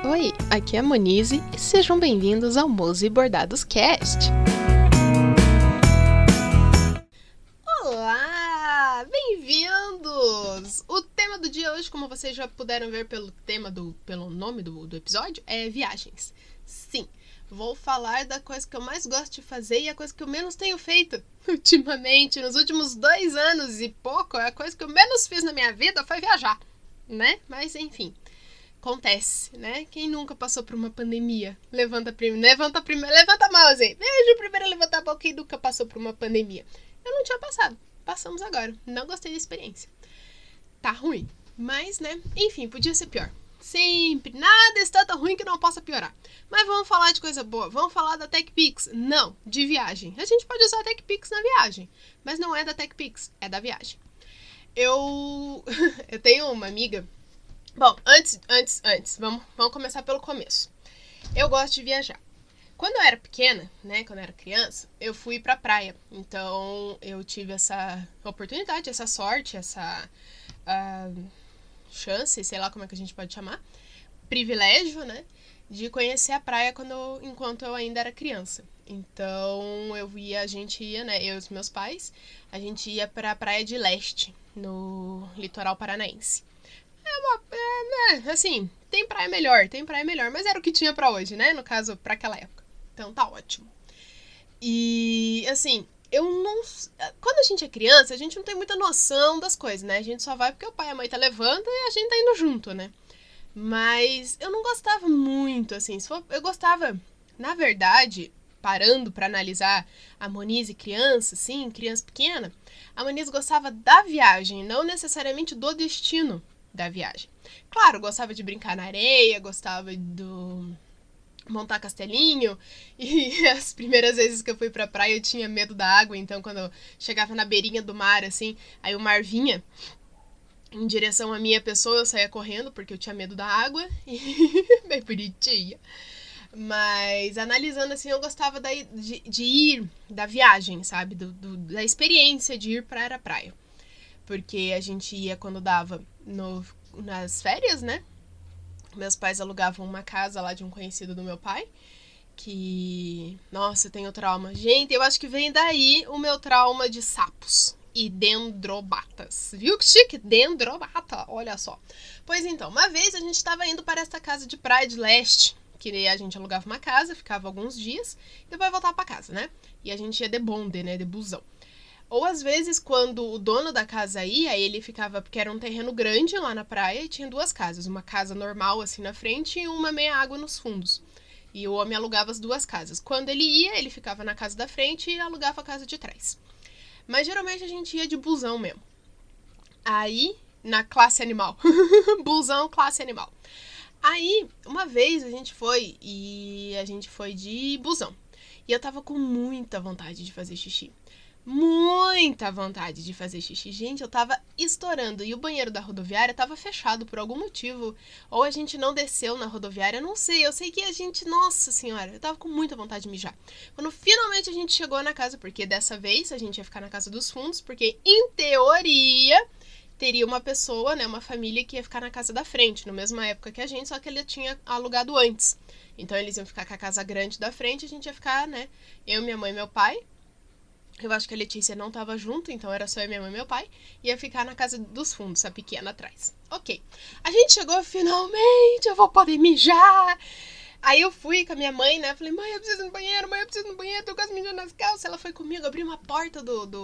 Oi, aqui é a Monize e sejam bem-vindos ao Mose Bordados Cast. Olá, bem-vindos! O tema do dia hoje, como vocês já puderam ver pelo nome do episódio, é viagens. Sim, vou falar da coisa que eu mais gosto de fazer e a coisa que eu menos tenho feito. Ultimamente, nos últimos 2 anos e pouco, a coisa que eu menos fiz na minha vida foi viajar, né? Mas enfim, acontece, né? Quem nunca passou por uma pandemia? Levanta a mão, assim. Veja o primeiro a levantar a mão quem nunca passou por uma pandemia. Eu não tinha passado. Passamos agora. Não gostei da experiência. Tá ruim. Mas, né? Enfim, podia ser pior. Sempre. Nada está tão ruim que não possa piorar. Mas vamos falar de coisa boa. Vamos falar da TechPix. Não, de viagem. A gente pode usar a TechPix na viagem. Mas não é da TechPix. É da viagem. Eu tenho uma amiga. Bom, antes, vamos começar pelo começo. Eu gosto de viajar. Quando eu era pequena, né, quando eu era criança, eu fui pra praia. Então, eu tive essa oportunidade, essa sorte, essa chance, sei lá como é que a gente pode chamar, privilégio, né, de conhecer a praia enquanto eu ainda era criança. Então, a gente ia, né, eu e os meus pais, a gente ia pra Praia de Leste, no litoral paranaense. Assim, tem praia melhor, mas era o que tinha pra hoje, né? No caso, pra aquela época. Então tá ótimo. E, assim, quando a gente é criança, a gente não tem muita noção das coisas, né? A gente só vai porque o pai e a mãe tá levando e a gente tá indo junto, né? Mas eu não gostava muito, assim. Eu gostava, na verdade, parando pra analisar a Monize criança, assim, criança pequena, a Monize gostava da viagem, não necessariamente do destino da viagem. Claro, gostava de brincar na areia, gostava do montar castelinho, e as primeiras vezes que eu fui pra praia eu tinha medo da água, então quando eu chegava na beirinha do mar, assim, aí o mar vinha em direção à minha pessoa, eu saía correndo porque eu tinha medo da água, e bem bonitinha. Mas analisando assim, eu gostava de ir, da viagem, sabe, da experiência de ir para a praia. Porque a gente ia quando dava nas férias, né? Meus pais alugavam uma casa lá de um conhecido do meu pai. Que, nossa, eu tenho trauma. Gente, eu acho que vem daí o meu trauma de sapos e dendrobatas. Viu que chique? Dendrobata, olha só. Pois então, uma vez a gente estava indo para esta casa de Praia de Leste. Que a gente alugava uma casa, ficava alguns dias, e depois voltava para casa, né? E a gente ia de bonde, né? De busão. Ou às vezes, quando o dono da casa ia, ele ficava, porque era um terreno grande lá na praia e tinha 2 casas. Uma casa normal, assim, na frente e uma meia água nos fundos. E o homem alugava as 2 casas. Quando ele ia, ele ficava na casa da frente e alugava a casa de trás. Mas geralmente a gente ia de busão mesmo. Aí, na classe animal. Busão, classe animal. Aí, uma vez a gente foi de busão. E eu tava com muita vontade de fazer xixi. Muita vontade de fazer xixi. Gente, eu tava estourando. E o banheiro da rodoviária tava fechado por algum motivo. Ou a gente não desceu na rodoviária, não sei. Eu sei que a gente... Nossa senhora, eu tava com muita vontade de mijar. Quando finalmente a gente chegou na casa, porque dessa vez a gente ia ficar na casa dos fundos, porque em teoria teria uma pessoa, né, uma família que ia ficar na casa da frente, na mesma época que a gente, só que ele tinha alugado antes. Então eles iam ficar com a casa grande da frente, a gente ia ficar, né, eu, minha mãe e meu pai. Eu acho que a Letícia não tava junto, então era só eu, minha mãe e meu pai. Ia ficar na casa dos fundos, a pequena atrás. Ok. A gente chegou, finalmente, eu vou poder mijar. Aí eu fui com a minha mãe, né? Falei, mãe, eu preciso ir no banheiro, tô quase mijando nas calças. Ela foi comigo, abriu uma porta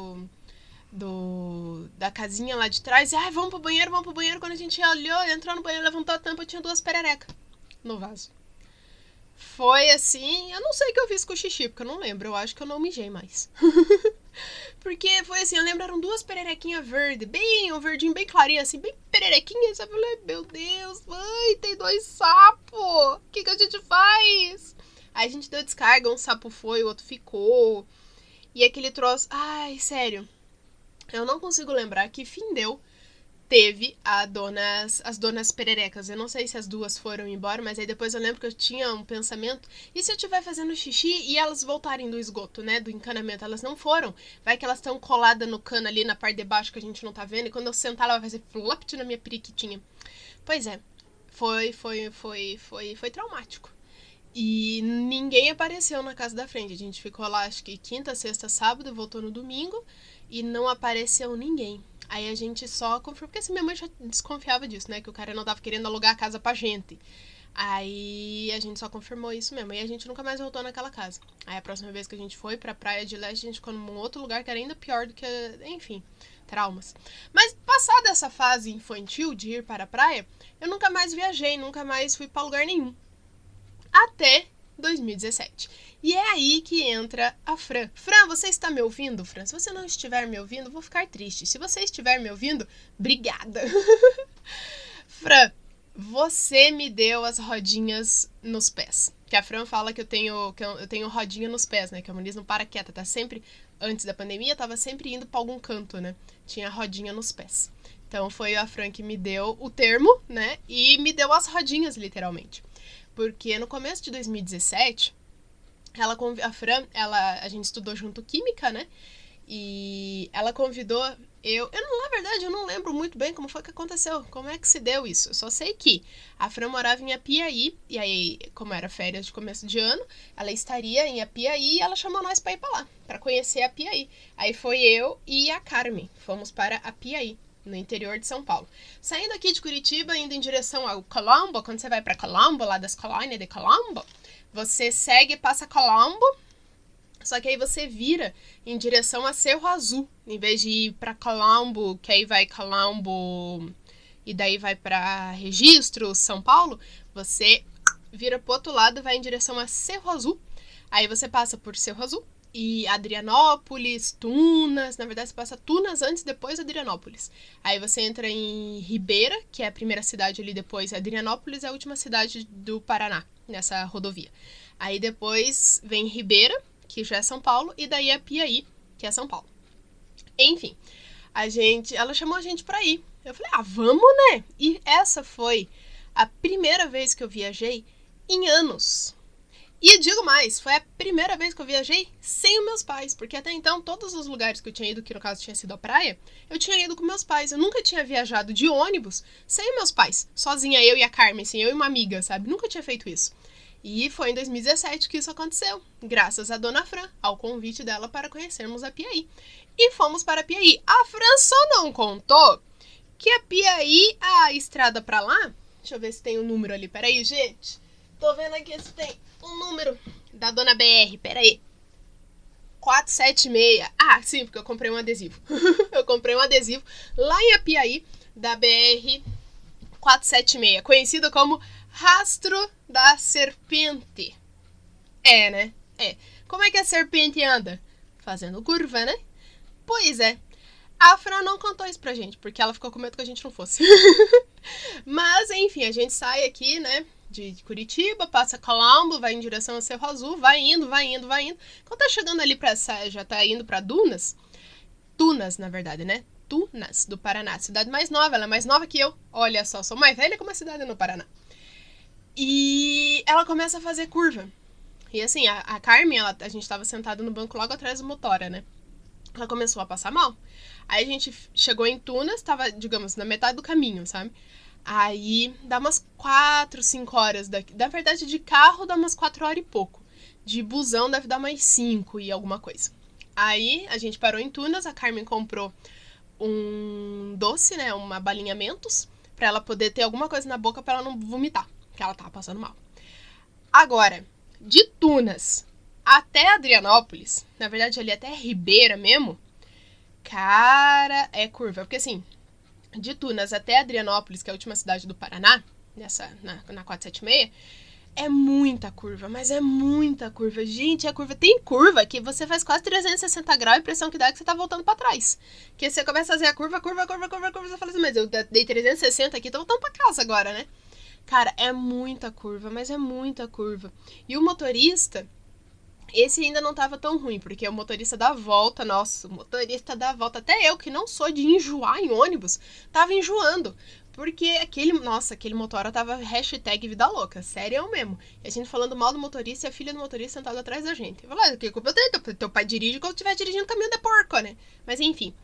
da casinha lá de trás. E, vamos pro banheiro. Quando a gente olhou, entrou no banheiro, levantou a tampa, tinha 2 pererecas no vaso. Foi assim, eu não sei o que eu fiz com o xixi, porque eu não lembro, eu acho que eu não mijei mais. Porque foi assim, eu lembro, eram 2 pererequinhas verdes, um verdinho bem clarinho, assim, bem pererequinha, sabe? Eu falei, meu Deus, mãe, tem 2 sapos, o que a gente faz? Aí a gente deu descarga, um sapo foi, o outro ficou, e aquele troço, ai, sério, eu não consigo lembrar que fim deu. Teve as donas pererecas. Eu não sei se as 2 foram embora, mas aí depois eu lembro que eu tinha um pensamento. E se eu estiver fazendo xixi e elas voltarem do esgoto, né? Do encanamento? Elas não foram. Vai que elas estão coladas no cano ali na parte de baixo que a gente não tá vendo. E quando eu sentar, ela vai fazer flop na minha periquitinha. Pois é. Foi traumático. E ninguém apareceu na casa da frente. A gente ficou lá, acho que quinta, sexta, sábado, voltou no domingo e não apareceu ninguém. Aí a gente só confirmou, porque assim, minha mãe já desconfiava disso, né? Que o cara não tava querendo alugar a casa pra gente. Aí a gente só confirmou isso mesmo. E a gente nunca mais voltou naquela casa. Aí a próxima vez que a gente foi pra Praia de Leste, a gente ficou num outro lugar que era ainda pior do que... Enfim, traumas. Mas passada essa fase infantil de ir para a praia, eu nunca mais viajei, nunca mais fui pra lugar nenhum. Até 2017. E é aí que entra a Fran. Fran, você está me ouvindo, Fran? Se você não estiver me ouvindo, vou ficar triste. Se você estiver me ouvindo, obrigada. Fran, você me deu as rodinhas nos pés. Que a Fran fala que eu tenho rodinha nos pés, né? Que a Muniz não para quieta, tá sempre... Antes da pandemia, tava sempre indo pra algum canto, né? Tinha rodinha nos pés. Então foi a Fran que me deu o termo, né? E me deu as rodinhas, literalmente. Porque no começo de 2017, a Fran, a gente estudou junto química, né? E ela convidou na verdade, eu não lembro muito bem como foi que aconteceu, como é que se deu isso. Eu só sei que a Fran morava em Apiaí, e aí, como era férias de começo de ano, ela estaria em Apiaí e ela chamou nós pra ir pra lá, pra conhecer Apiaí. Aí foi eu e a Carmen, fomos para Apiaí, no interior de São Paulo. Saindo aqui de Curitiba, indo em direção ao Colombo, quando você vai para Colombo, lá das colônias de Colombo, você segue, passa Colombo, só que aí você vira em direção a Cerro Azul, em vez de ir para Colombo, que aí vai Colombo e daí vai para Registro, São Paulo, você vira pro outro lado e vai em direção a Cerro Azul. Aí você passa por Cerro Azul, e Adrianópolis, Tunas, na verdade você passa Tunas antes, depois Adrianópolis. Aí você entra em Ribeira, que é a primeira cidade ali depois, Adrianópolis é a última cidade do Paraná, nessa rodovia. Aí depois vem Ribeira, que já é São Paulo, e daí é Piaí, que é São Paulo. Enfim, ela chamou a gente pra ir. Eu falei, vamos, né? E essa foi a primeira vez que eu viajei em anos. E digo mais, foi a primeira vez que eu viajei sem os meus pais, porque até então, todos os lugares que eu tinha ido, que no caso tinha sido a praia, eu tinha ido com meus pais. Eu nunca tinha viajado de ônibus sem meus pais, sozinha eu e a Carmen, assim, eu e uma amiga, sabe? Nunca tinha feito isso. E foi em 2017 que isso aconteceu, graças à Dona Fran, ao convite dela para conhecermos a Piaí. E fomos para a Piaí. A Fran só não contou que a Piaí, a estrada pra lá... Deixa eu ver se tem um número ali, peraí, gente. Tô vendo aqui se tem um número da Dona BR, peraí. 476. Sim, porque eu comprei um adesivo. Eu comprei um adesivo lá em Apiaí, da BR 476, conhecido como Rastro da Serpente. É, né? É. Como é que a serpente anda? Fazendo curva, né? Pois é. A Fran não contou isso pra gente, porque ela ficou com medo que a gente não fosse. Mas, enfim, a gente sai aqui, né, de Curitiba, passa Colombo, vai em direção ao Cerro Azul, vai indo. Quando tá chegando ali já tá indo pra Tunas, na verdade, né? Tunas, do Paraná, cidade mais nova, ela é mais nova que eu. Olha só, sou mais velha que uma cidade no Paraná. E ela começa a fazer curva. E assim, a Carmen, a gente tava sentado no banco logo atrás do motora, né? Ela começou a passar mal. Aí a gente chegou em Tunas, tava, digamos, na metade do caminho, sabe? Aí dá umas 4, 5 horas daqui. Na verdade, de carro dá umas 4 horas e pouco. De busão deve dar mais 5 e alguma coisa. Aí a gente parou em Tunas, a Carmen comprou um doce, né? Uma balinha Mentos, pra ela poder ter alguma coisa na boca pra ela não vomitar, que ela tava passando mal. Agora, de Tunas até Adrianópolis, na verdade ali até Ribeira mesmo, cara, é curva. Porque assim, de Tunas até Adrianópolis, que é a última cidade do Paraná, na 476, é muita curva, mas é muita curva. Gente, a curva tem curva que você faz quase 360 graus e a impressão que dá é que você tá voltando pra trás. Que você começa a fazer a curva, você fala assim, mas eu dei 360 aqui, tô voltando pra casa agora, né? Cara, é muita curva, mas é muita curva. E o motorista, esse ainda não tava tão ruim, porque o motorista dá volta, nossa, o motorista dá volta. Até eu, que não sou de enjoar em ônibus, tava enjoando. Porque aquele motora tava hashtag vida louca, sério mesmo. E a gente falando mal do motorista e a filha do motorista sentada atrás da gente. Eu falei, que culpa eu tenho? Teu pai dirige quando estiver dirigindo caminhão de porco, né? Mas enfim.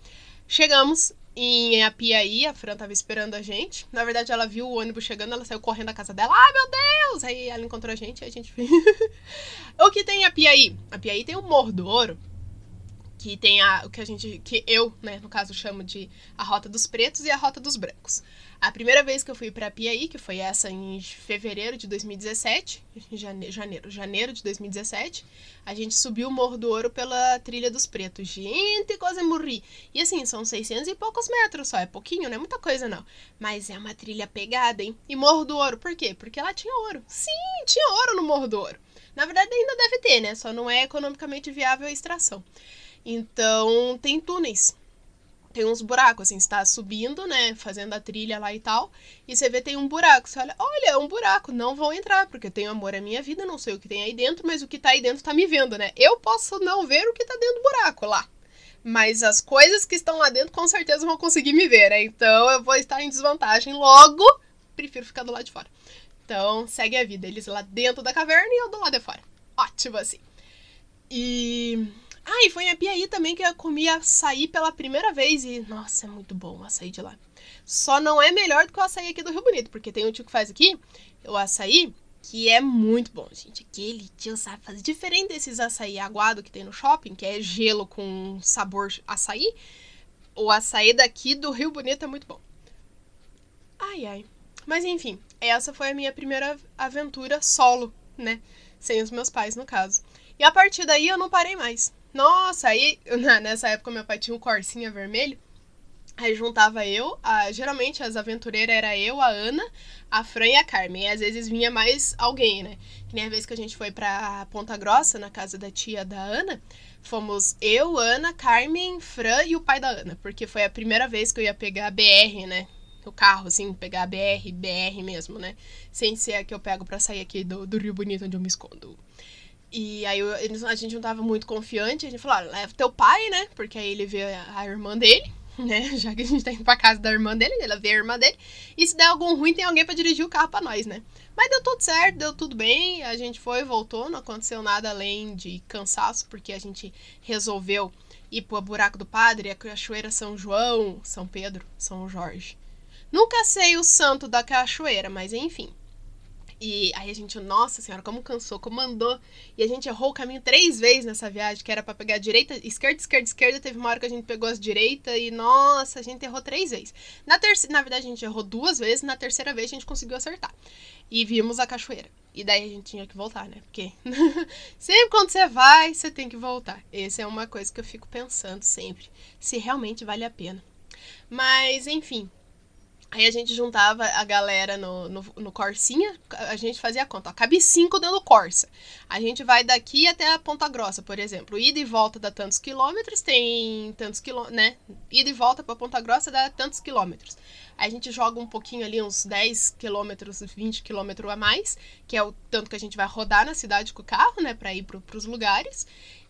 Chegamos em Apiaí, a Fran tava esperando a gente. Na verdade, ela viu o ônibus chegando, ela saiu correndo da casa dela. Ai, meu Deus! Aí ela encontrou a gente e a gente... O que tem em Apiaí? Apiaí tem o Morro do Ouro, que tem que eu, né, no caso, chamo de a Rota dos Pretos e a Rota dos Brancos. A primeira vez que eu fui pra Piaí, que foi essa em fevereiro de 2017, janeiro de 2017, a gente subiu o Morro do Ouro pela Trilha dos Pretos. Gente, quase morri. E assim, são 600 e poucos metros só, é pouquinho, não é muita coisa não. Mas é uma trilha pegada, hein? E Morro do Ouro, por quê? Porque lá tinha ouro. Sim, tinha ouro no Morro do Ouro. Na verdade ainda deve ter, né? Só não é economicamente viável a extração. Então, tem túneis. Tem uns buracos, assim, você tá subindo, né, fazendo a trilha lá e tal, e você vê tem um buraco, você olha, é um buraco, não vou entrar, porque eu tenho amor à minha vida, não sei o que tem aí dentro, mas o que tá aí dentro tá me vendo, né? Eu posso não ver o que tá dentro do buraco lá, mas as coisas que estão lá dentro com certeza vão conseguir me ver, né? Então eu vou estar em desvantagem, logo, prefiro ficar do lado de fora. Então, segue a vida, eles lá dentro da caverna e eu do lado de fora. Ótimo, assim. E foi em Apiaí também que eu comi açaí pela primeira vez e, nossa, é muito bom o açaí de lá. Só não é melhor do que o açaí aqui do Rio Bonito, porque tem um tio que faz aqui, o açaí, que é muito bom, gente. Aquele tio sabe fazer diferente desses açaí aguado que tem no shopping, que é gelo com sabor açaí. O açaí daqui do Rio Bonito é muito bom. Mas enfim, essa foi a minha primeira aventura solo, né? Sem os meus pais, no caso. E a partir daí eu não parei mais. Nossa, aí nessa época meu pai tinha um Corsinha vermelho. Aí juntava geralmente as aventureiras era eu, a Ana, a Fran e a Carmen. E às vezes vinha mais alguém, né? Que nem a vez que a gente foi pra Ponta Grossa, na casa da tia da Ana. Fomos eu, Ana, Carmen, Fran e o pai da Ana. Porque foi a primeira vez que eu ia pegar a BR, né? O carro, assim, pegar a BR mesmo, né? Sem ser a que eu pego pra sair aqui do Rio Bonito, onde eu me escondo. E aí a gente não tava muito confiante, a gente falou, leva teu pai, né? Porque aí ele vê a irmã dele, né? Já que a gente tá indo pra casa da irmã dele, ela vê a irmã dele. E se der algum ruim, tem alguém pra dirigir o carro pra nós, né? Mas deu tudo certo, deu tudo bem. A gente foi, voltou, não aconteceu nada além de cansaço, porque a gente resolveu ir pro Buraco do Padre, a Cachoeira São João, São Pedro, São Jorge. Nunca sei o santo da cachoeira, mas enfim. E aí a gente, nossa senhora, como cansou, como andou. E a gente errou o caminho 3 vezes nessa viagem, que era pra pegar a direita, esquerda. Teve uma hora que a gente pegou as direitas e, nossa, a gente errou 3 vezes. Na verdade, a gente errou 2 vezes, na terceira vez a gente conseguiu acertar. E vimos a cachoeira. E daí a gente tinha que voltar, né? Porque sempre quando você vai, você tem que voltar. Essa é uma coisa que eu fico pensando sempre. Se realmente vale a pena. Mas, enfim. Aí a gente juntava a galera no Corsinha, a gente fazia a conta, ó, cabe 5 dentro do Corsa. A gente vai daqui até a Ponta Grossa, por exemplo. Ida e volta dá tantos quilômetros, tem tantos quilômetros, né? Ida e volta pra Ponta Grossa dá tantos quilômetros. Aí a gente joga um pouquinho ali, uns 10 quilômetros, 20 quilômetros a mais, que é o tanto que a gente vai rodar na cidade com o carro, né? Pra ir pros lugares.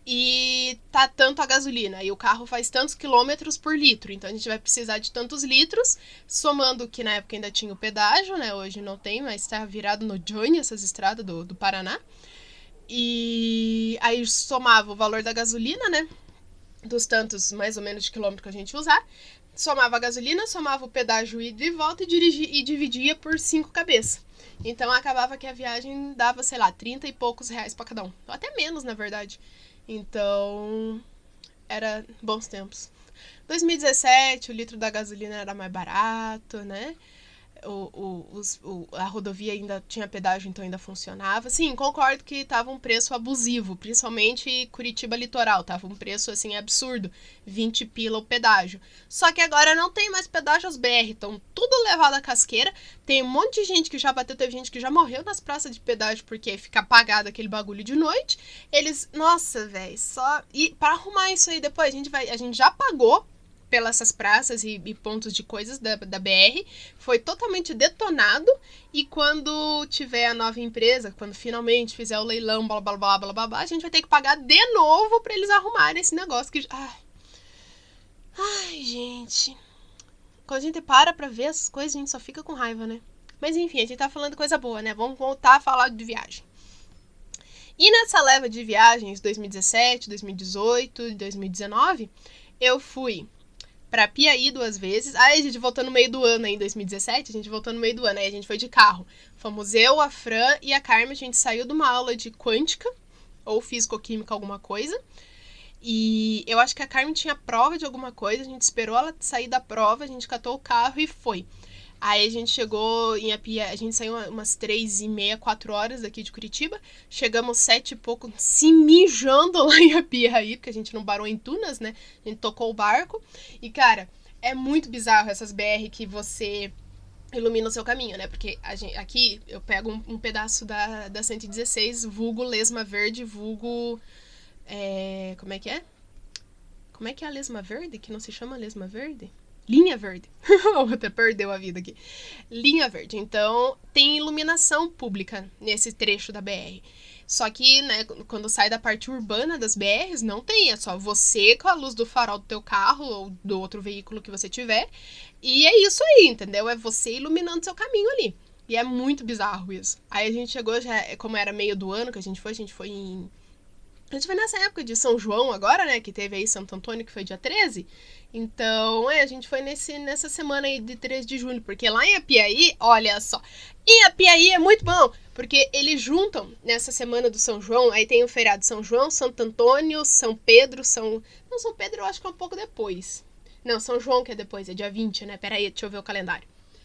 E tá tanto a gasolina, e o carro faz tantos quilômetros por litro, então a gente vai precisar de tantos litros, somando que na época ainda tinha o pedágio, né, hoje não tem, mas tá virado no Johnny, essas estradas do Paraná, e aí somava o valor da gasolina, né, dos tantos mais ou menos de quilômetro que a gente usar, somava a gasolina, somava o pedágio ida e volta e dividia por 5 cabeças. Então acabava que a viagem dava, sei lá, 30 e poucos reais pra cada um, ou até menos, na verdade. Então, era bons tempos. 2017, o litro da gasolina era mais barato, né? A rodovia ainda tinha pedágio, então ainda funcionava. Sim, concordo que tava um preço abusivo, principalmente Curitiba Litoral, tava um preço assim absurdo, 20 pila o pedágio. Só que agora não tem mais pedágio, as BR estão tudo levado à casqueira, tem um monte de gente que já bateu, teve gente que já morreu nas praças de pedágio porque fica apagado aquele bagulho de noite. Eles, nossa, velho, só... E para arrumar isso aí depois, a gente já pagou pelas praças e pontos de coisas da BR, foi totalmente detonado, e quando tiver a nova empresa, quando finalmente fizer o leilão, blá blá blá blá blá blá, a gente vai ter que pagar de novo pra eles arrumarem esse negócio que... Ai, gente. Quando a gente para pra ver essas coisas, a gente só fica com raiva, né? Mas enfim, a gente tá falando de coisa boa, né? Vamos voltar a falar de viagem. E nessa leva de viagens, 2017, 2018, 2019, eu fui pra Piaí 2 vezes. Aí a gente voltou no meio do ano, aí, em 2017, a gente voltou no meio do ano, aí a gente foi de carro. Fomos eu, a Fran e a Carmen, a gente saiu de uma aula de quântica, ou físico-química, alguma coisa. E eu acho que a Carmen tinha prova de alguma coisa, a gente esperou ela sair da prova, a gente catou o carro e foi. Aí a gente chegou em Apiaí, a gente saiu umas 3h30, 4 horas daqui de Curitiba. Chegamos 7 e pouco, se mijando lá em Apiaí, porque a gente não parou em Tunas, né? A gente tocou o barco. E, cara, é muito bizarro essas BR que você ilumina o seu caminho, né? Porque aqui eu pego um pedaço da 116, vulgo Lesma Verde, vulgo... como é que é? Como é que é a Lesma Verde? Que não se chama Lesma Verde? Linha verde. Até perdeu a vida aqui. Linha verde. Então, tem iluminação pública nesse trecho da BR. Só que, né, quando sai da parte urbana das BRs, não tem. É só você com a luz do farol do teu carro ou do outro veículo que você tiver. E é isso aí, entendeu? É você iluminando seu caminho ali. E é muito bizarro isso. Aí a gente chegou, já, como era meio do ano que a gente foi em... A gente foi nessa época de São João agora, né? Que teve aí Santo Antônio, que foi dia 13. Então, a gente foi nessa semana aí de 13 de julho. Porque lá em Apiaí, olha só. Em Apiaí é muito bom. Porque eles juntam nessa semana do São João. Aí tem o feriado de São João, Santo Antônio, São Pedro, Não, São Pedro eu acho que é um pouco depois. Não, São João que é depois, é dia 20, né? Pera aí, deixa eu ver o calendário.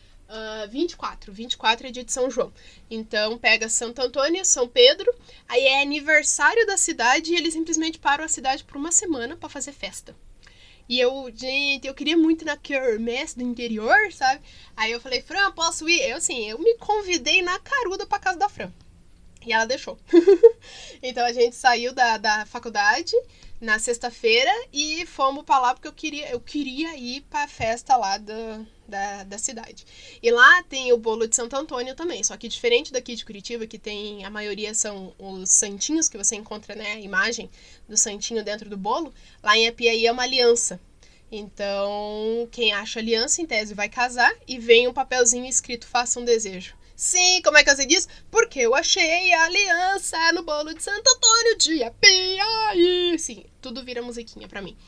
24 é dia de São João. Então pega Santo Antônio, São Pedro, aí é aniversário da cidade e eles simplesmente param a cidade por uma semana pra fazer festa. E gente, eu queria muito ir na quermesse do interior, sabe? Aí eu falei, Fran, posso ir? Eu me convidei na caruda pra casa da Fran. E ela deixou. Então a gente saiu da faculdade na sexta-feira e fomos pra lá porque eu queria ir pra festa lá da cidade. E lá tem o bolo de Santo Antônio também, só que diferente daqui de Curitiba, que tem, a maioria são os santinhos que você encontra, né, a imagem do santinho dentro do bolo, lá em Apiaí é uma aliança. Então, quem acha aliança, em tese, vai casar e vem um papelzinho escrito, faça um desejo. Sim, como é que eu sei disso? Porque eu achei a aliança no bolo de Santo Antônio de Apiaí. Sim, tudo vira musiquinha pra mim.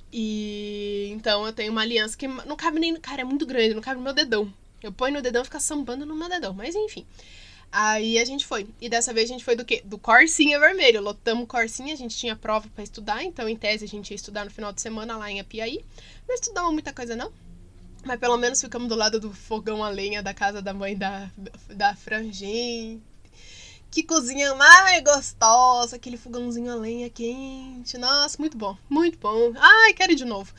E então eu tenho uma aliança que não cabe nem... Cara, é muito grande, não cabe no meu dedão. Eu ponho no dedão e fica sambando no meu dedão, mas enfim. Aí a gente foi. E dessa vez a gente foi do quê? Do Corsinha Vermelho. Lotamos Corsinha, a gente tinha prova pra estudar, então em tese a gente ia estudar no final de semana lá em Apiaí. Não estudamos muita coisa não. Mas pelo menos ficamos do lado do fogão a lenha da casa da mãe da Fran. Gente, que cozinha mais gostosa. Aquele fogãozinho a lenha quente. Nossa, muito bom, muito bom. Ai, quero ir de novo.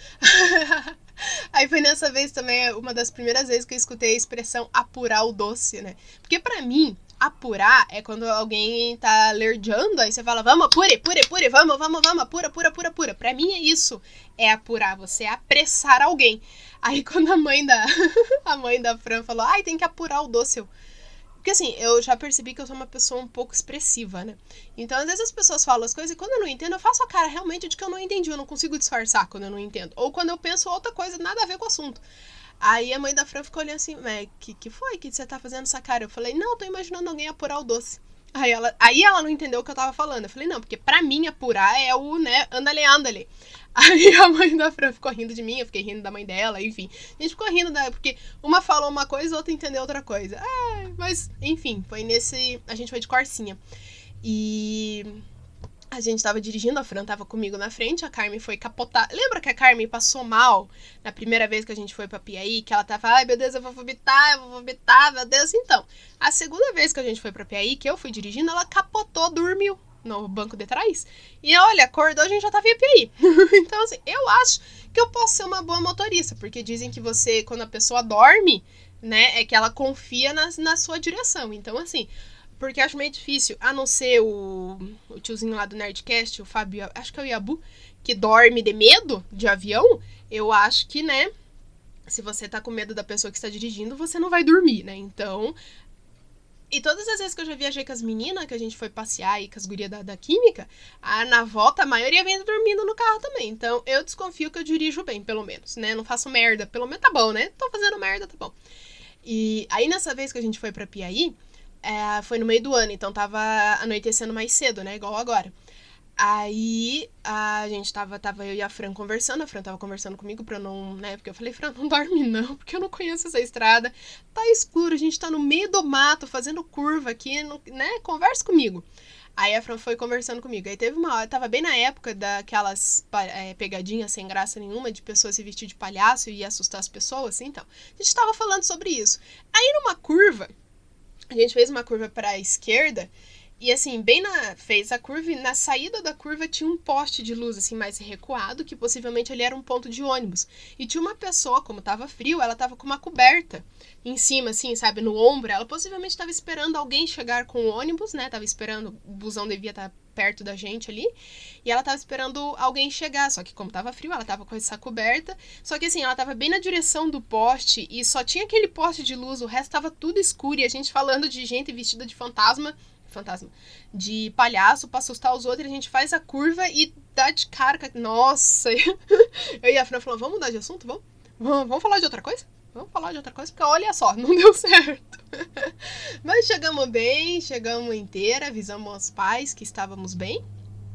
Aí foi nessa vez também, uma das primeiras vezes que eu escutei a expressão apurar o doce, né? Porque pra mim, apurar é quando alguém tá alergiando, aí você fala, vamos, apure, vamos, apura. Pra mim é isso, é apurar, você apressar alguém. Aí quando a mãe da Fran falou, ai, tem que apurar o doce, porque assim, eu já percebi que eu sou uma pessoa um pouco expressiva, né? Então, às vezes as pessoas falam as coisas e quando eu não entendo, eu faço a cara realmente de que eu não entendi. Eu não consigo disfarçar quando eu não entendo. Ou quando eu penso outra coisa, nada a ver com o assunto. Aí a mãe da Fran ficou olhando assim, que foi que você tá fazendo essa cara? Eu falei, não, eu tô imaginando alguém apurar o doce. Aí ela não entendeu o que eu tava falando. Eu falei, não, porque pra mim apurar é o, né, andale. Aí a mãe da Fran ficou rindo de mim, eu fiquei rindo da mãe dela, enfim. A gente ficou rindo porque uma falou uma coisa, a outra entendeu outra coisa. Mas, enfim, foi nesse... A gente foi de Corsinha. E a gente tava dirigindo, a Fran tava comigo na frente, a Carmen foi capotar. Lembra que a Carmen passou mal na primeira vez que a gente foi pra Piaí? Que ela tava, ai meu Deus, eu vou vomitar, meu Deus. Então, a segunda vez que a gente foi pra Piaí, que eu fui dirigindo, ela capotou, dormiu no banco de trás. E olha, acordou, a gente já tava em Apiaí. Então, assim, eu acho que eu posso ser uma boa motorista, porque dizem que você, quando a pessoa dorme, né, é que ela confia na sua direção. Então, assim, porque eu acho meio difícil, a não ser o tiozinho lá do Nerdcast, o Fábio, acho que é o Iabu, que dorme de medo de avião, eu acho que, né, se você tá com medo da pessoa que está dirigindo, você não vai dormir, né, então... E todas as vezes que eu já viajei com as meninas, que a gente foi passear aí com as gurias da química, na volta a maioria vem dormindo no carro também. Então eu desconfio que eu dirijo bem, pelo menos, né? Não faço merda, pelo menos tá bom, né? Tô fazendo merda, tá bom. E aí nessa vez que a gente foi pra Piaí, foi no meio do ano, então tava anoitecendo mais cedo, né? Igual agora. Aí a gente tava eu e a Fran conversando, a Fran tava conversando comigo pra eu não, né, porque eu falei, Fran, não dorme não, porque eu não conheço essa estrada, tá escuro, a gente tá no meio do mato, fazendo curva aqui, né, conversa comigo. Aí a Fran foi conversando comigo, aí teve uma hora, tava bem na época daquelas pegadinhas sem graça nenhuma, de pessoas se vestir de palhaço e assustar as pessoas, assim, então, a gente tava falando sobre isso. Aí numa curva, a gente fez uma curva pra esquerda, e assim, fez a curva e na saída da curva tinha um poste de luz assim mais recuado, que possivelmente ali era um ponto de ônibus. E tinha uma pessoa, como tava frio, ela tava com uma coberta em cima, assim, sabe, no ombro. Ela possivelmente estava esperando alguém chegar com o ônibus, né? Tava esperando, o busão devia estar perto da gente ali. E ela tava esperando alguém chegar, só que como tava frio, ela tava com essa coberta. Só que assim, ela tava bem na direção do poste e só tinha aquele poste de luz, o resto tava tudo escuro e a gente falando de gente vestida de fantasma, de palhaço pra assustar os outros, e a gente faz a curva e dá de cara. Nossa! Eu e a Fran falamos, vamos mudar de assunto? Vamos falar de outra coisa? Vamos falar de outra coisa, porque olha só, não deu certo. Mas chegamos bem, chegamos inteira, avisamos aos pais que estávamos bem.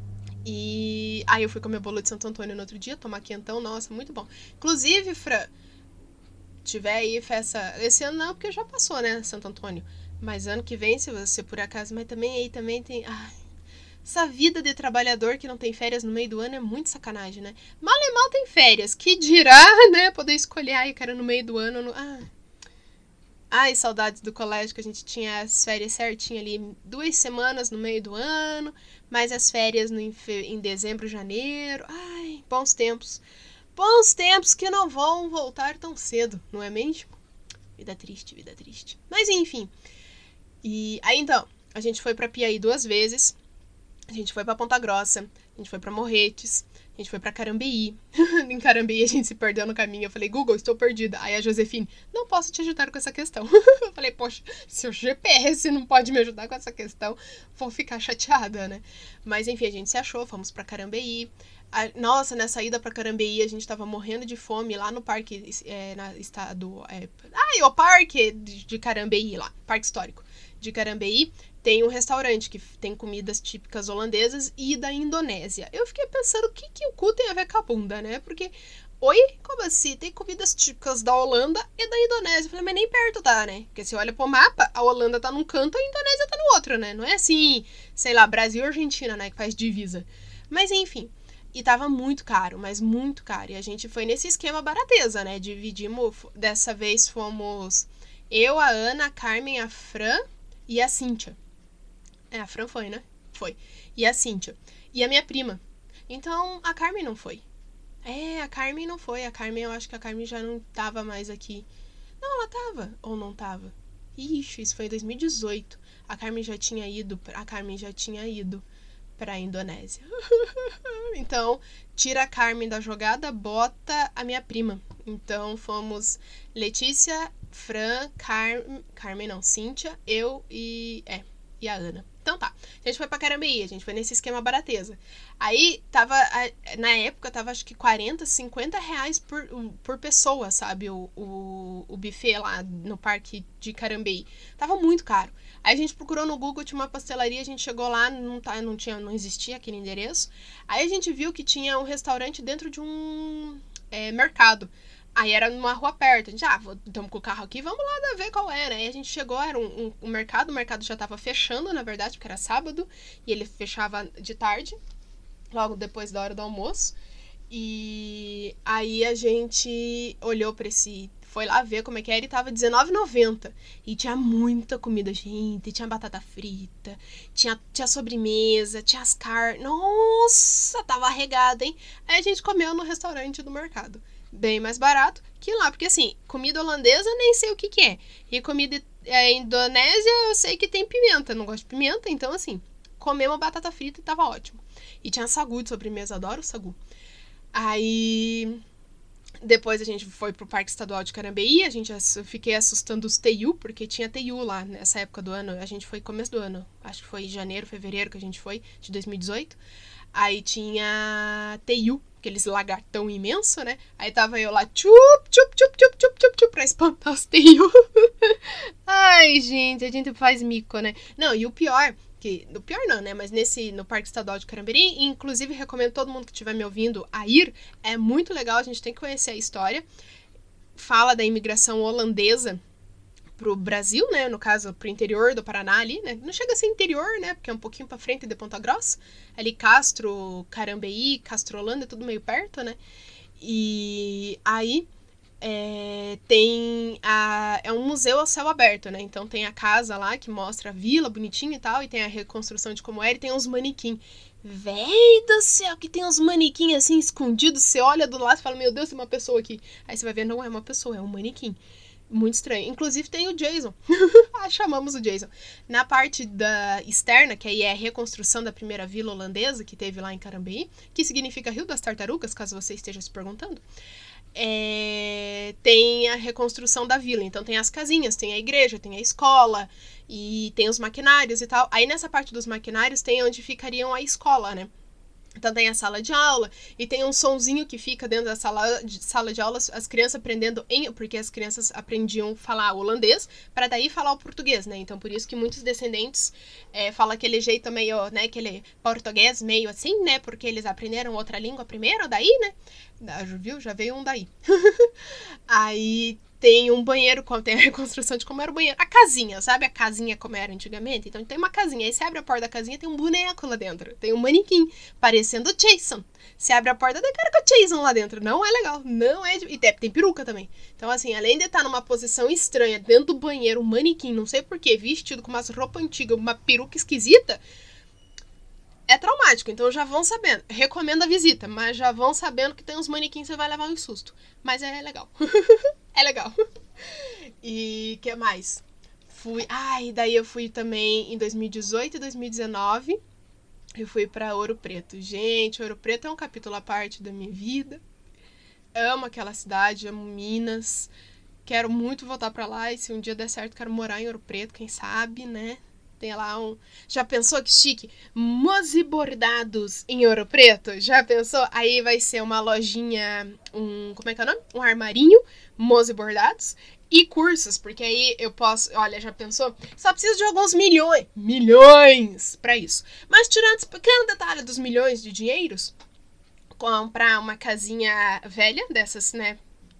E aí eu fui comer bolo de Santo Antônio no outro dia, tomar quentão, nossa, muito bom. Inclusive, Fran, tiver aí festa. Esse ano não, porque já passou, né, Santo Antônio. Mas ano que vem, se você por acaso. Mas também aí também tem. Ai, essa vida de trabalhador que não tem férias no meio do ano é muito sacanagem, né? Mal e mal tem férias. Que dirá, né? Poder escolher, ai, cara, no meio do ano. Ai, saudades do colégio que a gente tinha as férias certinho ali. 2 semanas no meio do ano. Mais as férias em dezembro, janeiro. Ai, bons tempos. Bons tempos que não vão voltar tão cedo, não é mesmo? Vida triste, vida triste. Mas enfim. E aí então, a gente foi pra Piaí 2 vezes, a gente foi pra Ponta Grossa, a gente foi pra Morretes, a gente foi pra Carambeí. Em Carambeí a gente se perdeu no caminho, eu falei, Google, estou perdida. Aí a Josefine, não posso te ajudar com essa questão. Eu falei, poxa, se o GPS não pode me ajudar com essa questão, vou ficar chateada, né? Mas enfim, a gente se achou, fomos pra Carambeí. Nossa, nessa ida pra Carambeí a gente tava morrendo de fome lá no parque, o parque de Carambeí lá, parque histórico de Carambeí, tem um restaurante que tem comidas típicas holandesas e da Indonésia. Eu fiquei pensando o que o cu tem a ver com a bunda, né? Porque, oi, como assim? Tem comidas típicas da Holanda e da Indonésia. Eu falei, mas nem perto tá, né? Porque se olha pro mapa, a Holanda tá num canto, a Indonésia tá no outro, né? Não é assim, sei lá, Brasil e Argentina, né? Que faz divisa. Mas enfim. E tava muito caro, mas muito caro. E a gente foi nesse esquema barateza, né? Dividimos, dessa vez fomos eu, a Ana, a Carmen, a Fran e a Cíntia. A Fran foi, né? Foi. E a Cíntia. E a minha prima. Então, a Carmen não foi. A Carmen não foi. A Carmen, eu acho que a Carmen já não tava mais aqui. Não, ela tava. Ou não tava? Ixi, isso foi em 2018. A Carmen já tinha ido pra Indonésia. Então, tira a Carmen da jogada, bota a minha prima. Então, fomos Letícia, Fran, Carmen não, Cíntia, eu e a Ana. Então tá, a gente foi pra Carambeí, a gente foi nesse esquema barateza. Aí tava, na época tava acho que 40, 50 reais por pessoa, sabe, o buffet lá no parque de Carambeí. Tava muito caro. Aí a gente procurou no Google, tinha uma pastelaria, a gente chegou lá, não existia aquele endereço. Aí a gente viu que tinha um restaurante dentro de um mercado. Aí era numa rua perto. A gente, estamos com o carro aqui, vamos lá ver qual era. Aí a gente chegou, era um mercado, o mercado já tava fechando, na verdade, porque era sábado, e ele fechava de tarde, logo depois da hora do almoço. E aí a gente olhou pra foi lá ver como é que era e tava R$19,90. E tinha muita comida, gente. Tinha batata frita, tinha sobremesa, tinha as carnes. Nossa, tava regada, hein? Aí a gente comeu no restaurante do mercado. Bem mais barato que lá, porque assim, comida holandesa nem sei o que é. E comida indonésia eu sei que tem pimenta, não gosto de pimenta, então assim, comemos batata frita e tava ótimo. E tinha sagu de sobremesa, adoro Aí depois a gente foi pro Parque Estadual de Carambeí, eu fiquei assustando os teiu, porque tinha teiu lá nessa época do ano, a gente foi começo do ano, acho que foi janeiro, fevereiro que a gente foi, de 2018. Aí tinha Teiu, aqueles lagartão imenso, né? Aí tava eu lá, tchup, tchup, tchup, tchup, tchup, tchup, tchup, pra espantar os Teiu. Ai, gente, a gente faz mico, né? Não, e o pior, o pior não, né? Mas no Parque Estadual de Caramberim, inclusive recomendo todo mundo que estiver me ouvindo a ir, é muito legal, a gente tem que conhecer a história. Fala da imigração holandesa pro Brasil, né? No caso, pro interior do Paraná ali, né? Não chega a ser interior, né? Porque é um pouquinho pra frente de Ponta Grossa. Ali Castro, Carambeí, Castrolândia, tudo meio perto, né? E aí é um museu ao céu aberto, né? Então tem a casa lá que mostra a vila bonitinha e tal, e tem a reconstrução de como era, e tem uns manequim. Véi do céu, que tem uns manequim assim escondidos, você olha do lado e fala, meu Deus, tem uma pessoa aqui. Aí você vai ver, não é uma pessoa, é um manequim. Muito estranho. Inclusive tem o Jason. Chamamos o Jason. Na parte da externa, que aí é a reconstrução da primeira vila holandesa que teve lá em Carambeí, que significa Rio das Tartarugas, caso você esteja se perguntando. Tem a reconstrução da vila. Então tem as casinhas, tem a igreja, tem a escola e tem os maquinários e tal. Aí nessa parte dos maquinários tem onde ficariam a escola, né? Então tem a sala de aula e tem um sonzinho que fica dentro da sala de aula, as crianças aprendendo porque as crianças aprendiam a falar holandês para daí falar o português, né? Então por isso que muitos descendentes falam aquele jeito meio, né, aquele português meio assim, né? Porque eles aprenderam outra língua primeiro, daí, né? Viu? Já veio um daí. Aí tem um banheiro, tem a reconstrução de como era o banheiro. A casinha, sabe? A casinha como era antigamente. Então tem uma casinha. Aí você abre a porta da casinha, tem um boneco lá dentro. Tem um manequim, parecendo o Jason. Você abre a porta, da cara com o Jason lá dentro. Não é legal. Não é... E tem peruca também. Então, assim, além de estar numa posição estranha, dentro do banheiro, um manequim, não sei porquê, vestido com umas roupas antigas, uma peruca esquisita, é traumático, então já vão sabendo. Recomendo a visita, mas já vão sabendo que tem uns manequins que você vai levar um susto. Mas é legal. É legal. E que mais? Daí eu fui também em 2018 e 2019. Eu fui pra Ouro Preto. Gente, Ouro Preto é um capítulo à parte da minha vida. Amo aquela cidade, amo Minas. Quero muito voltar pra lá e se um dia der certo, quero morar em Ouro Preto, quem sabe, né? Tem lá um... Já pensou que chique? Mozi Bordados em Ouro Preto? Já pensou? Aí vai ser uma lojinha... Como é que é o nome? Um armarinho, Mozi Bordados. E cursos, porque aí eu posso... Olha, já pensou? Só preciso de alguns milhões pra isso. Mas tirando esse pequeno detalhe dos milhões de dinheiros, comprar uma casinha velha, dessas, né?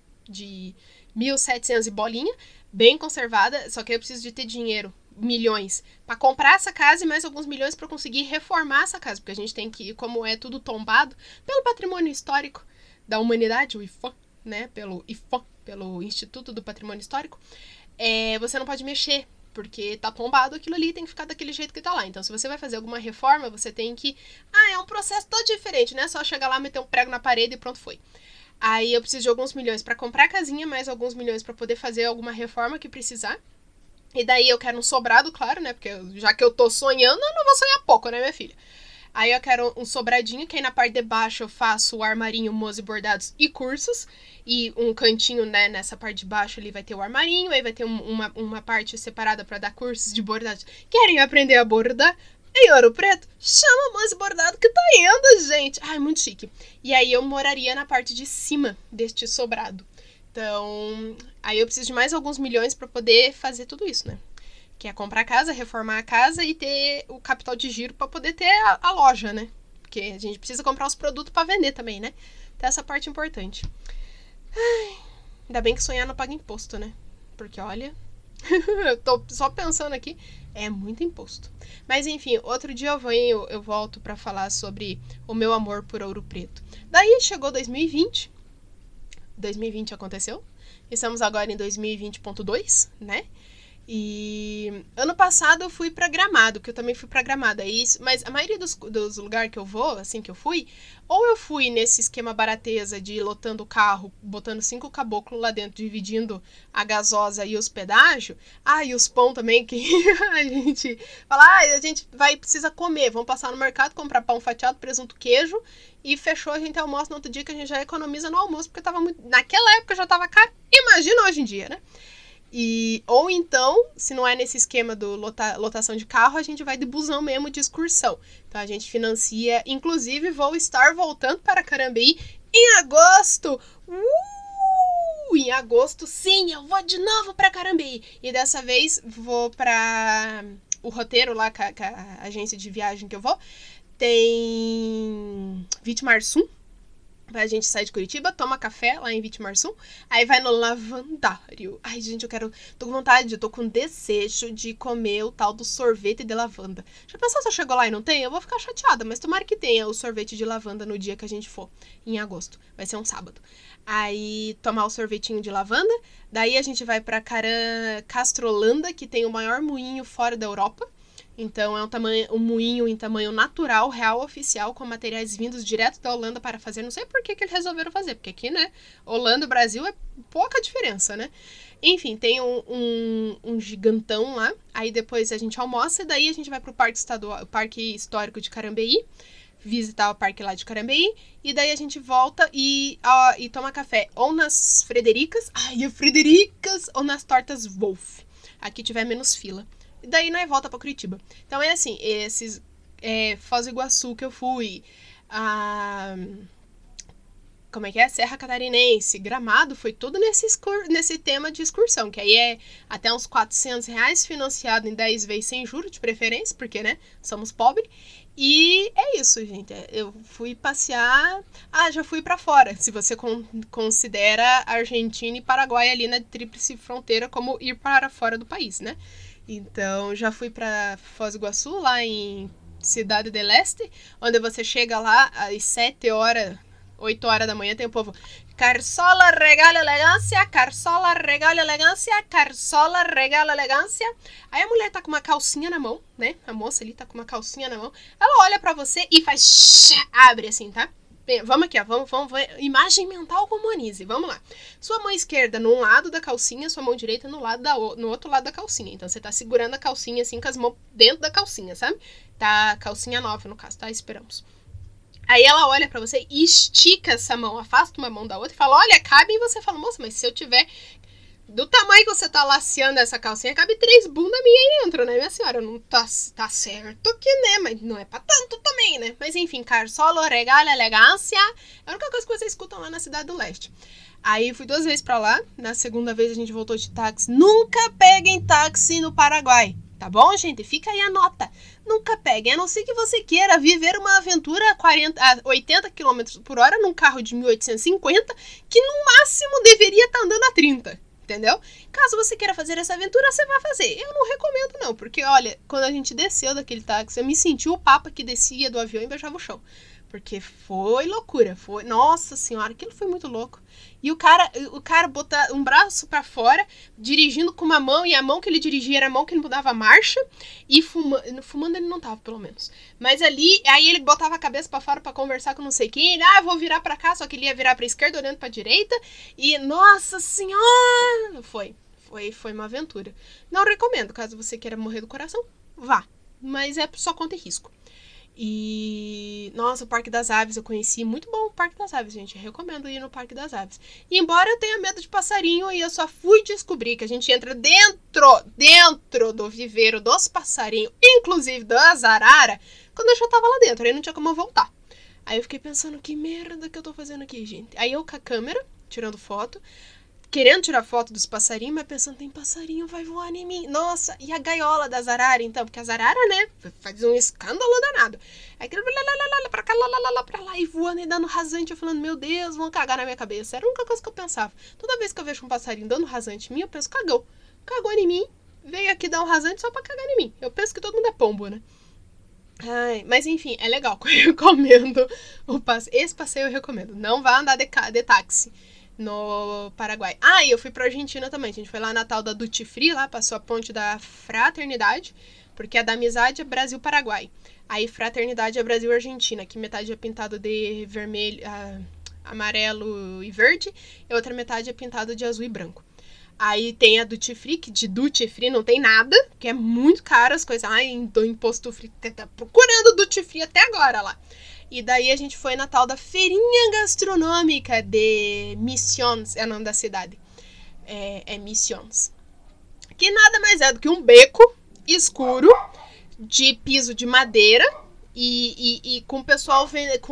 De 1.700 e bolinha, bem conservada, só que eu preciso de ter dinheiro, milhões, para comprar essa casa e mais alguns milhões para conseguir reformar essa casa, porque a gente tem que, como é tudo tombado pelo patrimônio histórico da humanidade, o IFAM, né, pelo IFAM, pelo Instituto do Patrimônio Histórico, você não pode mexer, porque tá tombado aquilo ali, tem que ficar daquele jeito que tá lá. Então, se você vai fazer alguma reforma, você tem que... é um processo todo diferente, né? Só chegar lá, meter um prego na parede e pronto, foi. Aí eu preciso de alguns milhões para comprar a casinha, mais alguns milhões para poder fazer alguma reforma que precisar. E daí eu quero um sobrado, claro, né? Porque já que eu tô sonhando, eu não vou sonhar pouco, né, minha filha? Aí eu quero um sobradinho, que aí na parte de baixo eu faço o armarinho, Mozi Bordados e cursos. E um cantinho, né, nessa parte de baixo ali vai ter o armarinho, aí vai ter uma parte separada para dar cursos de bordados. Querem aprender a bordar? Em Ouro Preto? Chama Mozi Bordado que tá indo, gente. Ai, muito chique. E aí eu moraria na parte de cima deste sobrado. Então, aí eu preciso de mais alguns milhões para poder fazer tudo isso, né? Que é comprar a casa, reformar a casa e ter o capital de giro para poder ter a loja, né? Porque a gente precisa comprar os produtos para vender também, né? Então essa parte é importante. Ai, ainda bem que sonhar não paga imposto, né? Porque olha, eu tô só pensando aqui, é muito imposto. Mas enfim, outro dia eu volto para falar sobre o meu amor por Ouro Preto. Daí chegou 2020. 2020 aconteceu. Estamos agora em 2020.2, né? E ano passado eu fui pra Gramado, que eu também fui pra Gramado, mas a maioria dos lugares que eu vou, assim que eu fui, ou eu fui nesse esquema barateza de ir lotando o carro, botando 5 caboclos lá dentro, dividindo a gasosa e os pedágios, e os pão também, que a gente fala, a gente precisa comer, vamos passar no mercado, comprar pão fatiado, presunto, queijo, e fechou, a gente almoça no outro dia, que a gente já economiza no almoço, porque tava muito, naquela época já tava caro, imagina hoje em dia, né? Ou então, se não é nesse esquema do lotação de carro, a gente vai de busão mesmo, de excursão. Então a gente financia, inclusive vou estar voltando para Carambeí em agosto. Em agosto, sim, eu vou de novo para Carambeí. E dessa vez vou para o roteiro lá com a agência de viagem que eu vou. Tem Vitimarsum. A gente sai de Curitiba, toma café lá em Vitimarsum, aí vai no lavandário. Ai, gente, tô com vontade, tô com desejo de comer o tal do sorvete de lavanda. Já pensou se eu chego lá e não tem? Eu vou ficar chateada, mas tomara que tenha o sorvete de lavanda no dia que a gente for, em agosto. Vai ser um sábado. Aí, tomar o sorvetinho de lavanda, daí a gente vai pra Castrolanda, que tem o maior moinho fora da Europa. Então, é um moinho em tamanho natural, real, oficial, com materiais vindos direto da Holanda para fazer. Não sei por que eles resolveram fazer, porque aqui, né, Holanda e Brasil é pouca diferença, né? Enfim, tem um gigantão lá, aí depois a gente almoça, e daí a gente vai pro Parque Histórico de Carambeí, visitar o parque lá de Carambeí, e daí a gente volta e toma café ou nas Fredericas, ou nas Tortas Wolf. Aqui tiver menos fila. E daí nós volta pra Curitiba. Então é assim, esses Foz do Iguaçu que eu fui, como é que é? Serra Catarinense, Gramado, foi tudo nesse tema de excursão, que aí é até uns R$400, financiado em 10 vezes sem juros, de preferência, porque, né, somos pobres. E é isso, gente. Eu fui passear. Já fui pra fora. Se você considera Argentina e Paraguai ali na tríplice fronteira como ir para fora do país, né? Então, já fui pra Foz do Iguaçu, lá em Cidade del Este, onde você chega lá às 7 horas, 8 horas da manhã, tem o povo... Carsola, regala, elegância, Carsola, regala, elegância, Carsola, regala, elegância. Aí a mulher tá com uma calcinha na mão, né? A moça ali tá com uma calcinha na mão. Ela olha pra você e faz... abre assim, tá? Bem, vamos aqui, ó. Vamos, imagem mental comonize. Vamos lá. Sua mão esquerda num lado da calcinha, sua mão direita no outro lado da calcinha. Então você tá segurando a calcinha assim com as mãos dentro da calcinha, sabe? Tá, calcinha nova no caso, tá? Esperamos. Aí ela olha pra você e estica essa mão, afasta uma mão da outra e fala, olha, cabe, e você fala, moça, mas se eu tiver do tamanho que você tá laceando essa calcinha, cabe 3 bundas minha aí dentro, né, minha senhora? Não tá certo que, né, mas não é pra tanto também, né? Mas enfim, Carsola, regala, elegância, é a única coisa que vocês escutam lá na Cidade do Leste. Aí fui 2 vezes pra lá, na segunda vez a gente voltou de táxi. Nunca peguem táxi no Paraguai, tá bom, gente? Fica aí a nota. Nunca peguem, a não ser que você queira viver uma aventura a 80 km por hora num carro de 1850, que no máximo deveria estar andando a 30, entendeu? Caso você queira fazer essa aventura, você vai fazer. Eu não recomendo não, porque olha, quando a gente desceu daquele táxi, eu me senti o papa que descia do avião e beijava o chão. Porque foi loucura, foi... Nossa senhora, aquilo foi muito louco. E o cara botar um braço pra fora, dirigindo com uma mão, e a mão que ele dirigia era a mão que ele mudava a marcha, e fumando ele não tava, pelo menos. Mas ali, aí ele botava a cabeça pra fora pra conversar com não sei quem, eu vou virar pra cá, só que ele ia virar pra esquerda, olhando pra direita, e nossa senhora, foi uma aventura. Não recomendo, caso você queira morrer do coração, vá, mas é por sua conta e risco. E, nossa, o Parque das Aves eu conheci, muito bom o Parque das Aves, gente, eu recomendo ir no Parque das Aves. E embora eu tenha medo de passarinho, eu só fui descobrir que a gente entra dentro do viveiro dos passarinhos, inclusive das araras, quando eu já tava lá dentro, aí não tinha como eu voltar. Aí eu fiquei pensando, que merda que eu tô fazendo aqui, gente? Aí eu com a câmera, tirando foto, querendo tirar foto dos passarinhos, mas pensando, tem passarinho, vai voar em mim. Nossa, e a gaiola das araras, então? Porque as araras, né, faz um escândalo danado. Aquilo pra cá, pra lá, e voando e dando rasante. Eu falando, meu Deus, vão cagar na minha cabeça. Era a única coisa que eu pensava. Toda vez que eu vejo um passarinho dando rasante em mim, eu penso, cagou em mim, veio aqui dar um rasante só pra cagar em mim. Eu penso que todo mundo é pombo, né? Ai, mas enfim, é legal, eu recomendo esse passeio eu recomendo. Não vá andar de táxi no Paraguai. E eu fui pra Argentina também. A gente foi lá na tal da Duty Free, lá passou a ponte da Fraternidade, porque a da amizade é Brasil-Paraguai. Aí Fraternidade é Brasil-Argentina, que metade é pintado de vermelho, amarelo e verde, e outra metade é pintado de azul e branco. Aí tem a Duty Free, que de Duty Free não tem nada, que é muito caro as coisas. Do imposto free, tá procurando Duty Free até agora lá. E daí a gente foi na tal da feirinha gastronômica de Misiones, é o nome da cidade. É Misiones. que nada mais é do que um beco escuro de piso de madeira e com o pessoal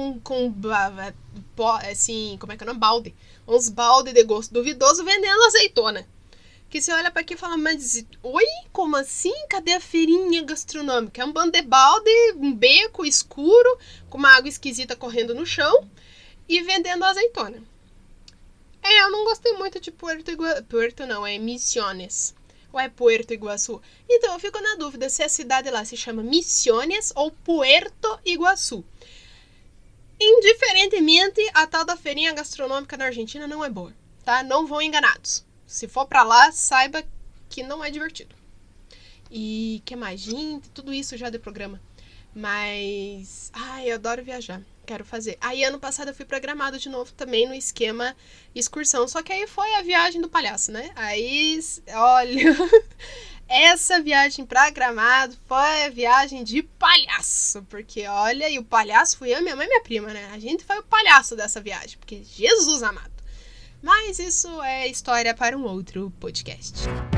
assim, como é que é o nome? Balde. Uns balde de gosto duvidoso vendendo azeitona. Que você olha pra aqui e fala, mas oi? Como assim? Cadê a feirinha gastronômica? É um bando de balde, um beco escuro, com uma água esquisita correndo no chão e vendendo azeitona. Eu não gostei muito de Puerto Iguaçu. Puerto não, é Misiones. Ou é Puerto Iguaçu? Então eu fico na dúvida se a cidade lá se chama Misiones ou Puerto Iguaçu. Indiferentemente, a tal da feirinha gastronômica da Argentina não é boa, tá? Não vão enganados. Se for pra lá, saiba que não é divertido. E que mais? Gente, tudo isso já de programa. Mas, eu adoro viajar. Quero fazer. Aí ano passado eu fui pra Gramado de novo também no esquema excursão. Só que aí foi a viagem do palhaço, né? Aí, olha... Essa viagem pra Gramado foi a viagem de palhaço. Porque, olha, e o palhaço fui eu, minha mãe e minha prima, né? A gente foi o palhaço dessa viagem. Porque, Jesus amado. Mas isso é história para um outro podcast.